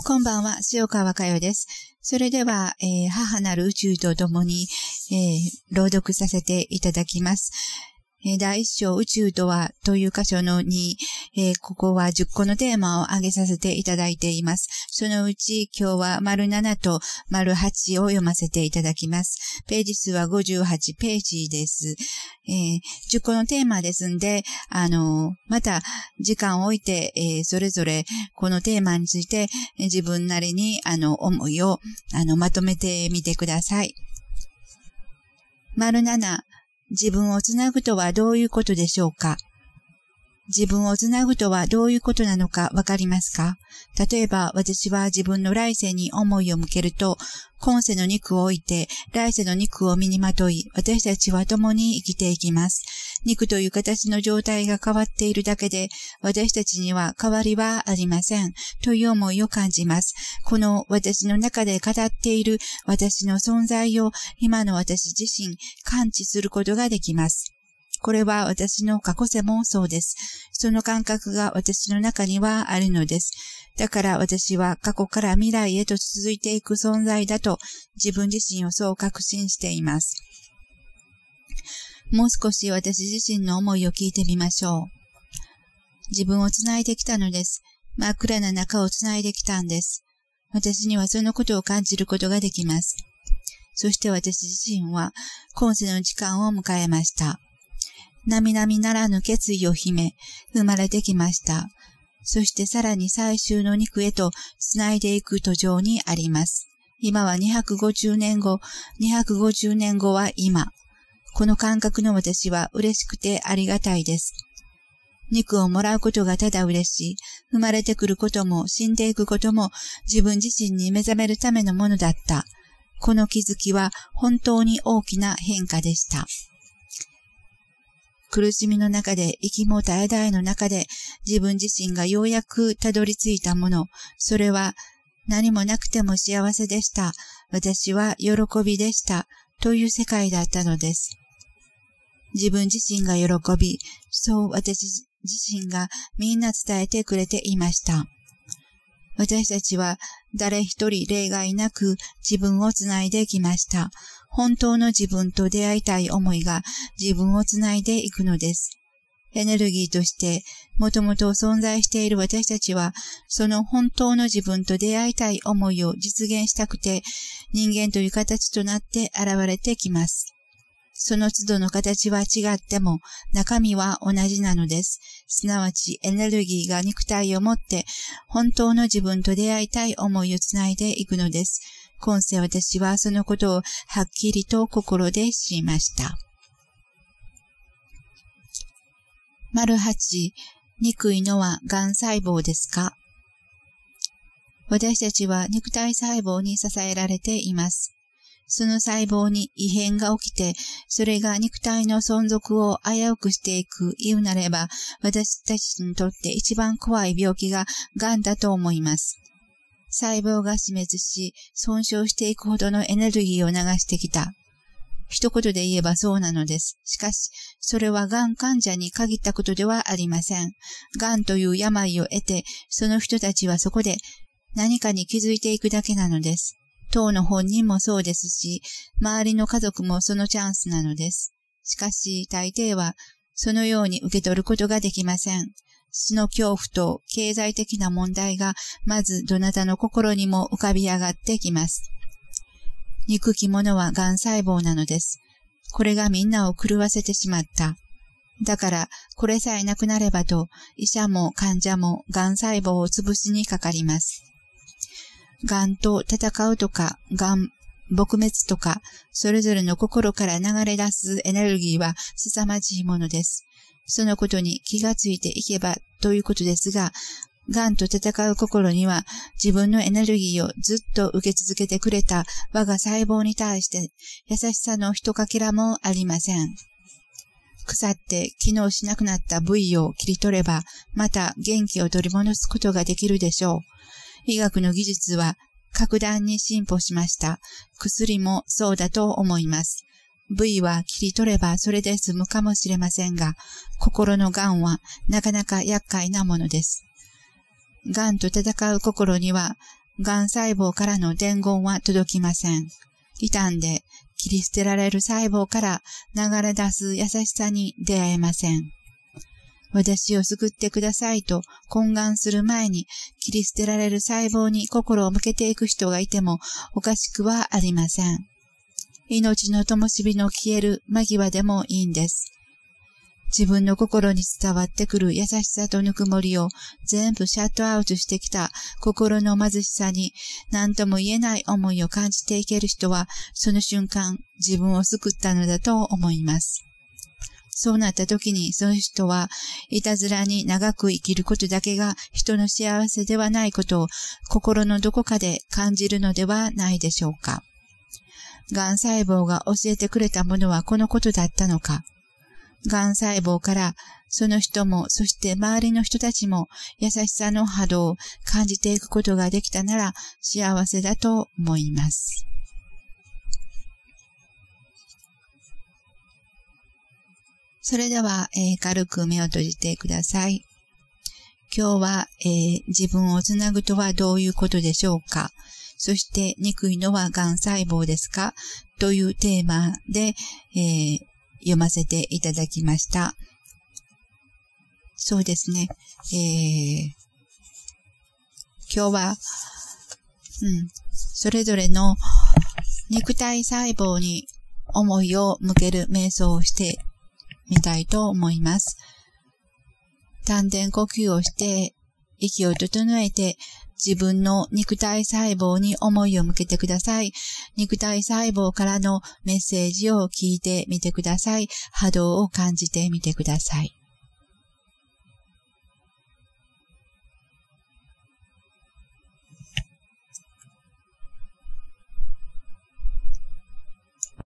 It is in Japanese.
こんばんは、塩川佳代です。それでは、母なる宇宙と共に、朗読させていただきます。第一章宇宙とはという箇所のに、ここは10個のテーマを挙げさせていただいています。そのうち今日は ⑤ と ⑤ を読ませていただきます。ページ数は58ページです。10個のテーマですんで、また時間を置いて、それぞれこのテーマについて自分なりに思いをまとめてみてください。⑤自分をつなぐとはどういうことでしょうか？自分をつなぐとはどういうことなのかわかりますか？例えば私は自分の来世に思いを向けると、今世の肉を置いて来世の肉を身にまとい、私たちは共に生きていきます。肉という形の状態が変わっているだけで、私たちには変わりはありません。という思いを感じます。この私の中で語っている私の存在を今の私自身感知することができます。これは私の過去世もそうです。その感覚が私の中にはあるのです。だから私は過去から未来へと続いていく存在だと自分自身をそう確信しています。もう少し私自身の思いを聞いてみましょう。自分をつないできたのです。真っ暗な中をつないできたんです。私にはそのことを感じることができます。そして私自身は今世の時間を迎えました。並々ならぬ決意を秘め、生まれてきました。そしてさらに最終の肉へとつないでいく途上にあります。今は250年後、250年後は今。この感覚の私は嬉しくてありがたいです。肉をもらうことがただ嬉しい。生まれてくることも死んでいくことも自分自身に目覚めるためのものだった。この気づきは本当に大きな変化でした。苦しみの中で、息も絶え絶えの中で、自分自身がようやくたどり着いたもの、それは何もなくても幸せでした。私は喜びでした。という世界だったのです。自分自身が喜び、そう私自身がみんな伝えてくれていました。私たちは誰一人例外なく自分をつないできました。本当の自分と出会いたい思いが自分をつないでいくのです。エネルギーとしてもともと存在している私たちは、その本当の自分と出会いたい思いを実現したくて、人間という形となって現れてきます。その都度の形は違っても中身は同じなのです。すなわちエネルギーが肉体を持って本当の自分と出会いたい思いをつないでいくのです。今世私はそのことをはっきりと心で知りました。�8、憎いのは癌細胞ですか？私たちは肉体細胞に支えられています。その細胞に異変が起きて、それが肉体の存続を危うくしていく、言うなれば、私たちにとって一番怖い病気が癌だと思います。細胞が死滅し、損傷していくほどのエネルギーを流してきた。一言で言えばそうなのです。しかし、それは癌患者に限ったことではありません。癌という病を得て、その人たちはそこで何かに気づいていくだけなのです。当の本人もそうですし、周りの家族もそのチャンスなのです。しかし、大抵はそのように受け取ることができません。死の恐怖と経済的な問題がまずどなたの心にも浮かび上がってきます。憎き者は癌細胞なのです。これがみんなを狂わせてしまった。だから、これさえなくなればと、医者も患者も癌細胞を潰しにかかります。癌と戦うとか、癌撲滅とか、それぞれの心から流れ出すエネルギーは凄まじいものです。そのことに気がついていけばということですが、癌と戦う心には自分のエネルギーをずっと受け続けてくれた我が細胞に対して優しさのひとかけらもありません。腐って機能しなくなった部位を切り取れば、また元気を取り戻すことができるでしょう。医学の技術は格段に進歩しました。薬もそうだと思います。部位は切り取ればそれで済むかもしれませんが、心の癌はなかなか厄介なものです。癌と戦う心には、 癌細胞からの伝言は届きません。傷んで切り捨てられる細胞から流れ出す優しさに出会えません。私を救ってくださいと懇願する前に切り捨てられる細胞に心を向けていく人がいてもおかしくはありません。命の灯火の消える間際でもいいんです。自分の心に伝わってくる優しさとぬくもりを全部シャットアウトしてきた心の貧しさに何とも言えない思いを感じていける人はその瞬間自分を救ったのだと思います。そうなった時にその人はいたずらに長く生きることだけが人の幸せではないことを心のどこかで感じるのではないでしょうか。癌細胞が教えてくれたものはこのことだったのか。癌細胞からその人もそして周りの人たちも優しさの波動を感じていくことができたなら幸せだと思います。それでは、軽く目を閉じてください。今日は、自分をつなぐとはどういうことでしょうか。そして憎いのは癌細胞ですかというテーマで、読ませていただきました。そうですね。今日は、それぞれの肉体細胞に思いを向ける瞑想をしてみたいと思います。丹田呼吸をして息を整えて自分の肉体細胞に思いを向けてください。肉体細胞からのメッセージを聞いてみてください。波動を感じてみてください。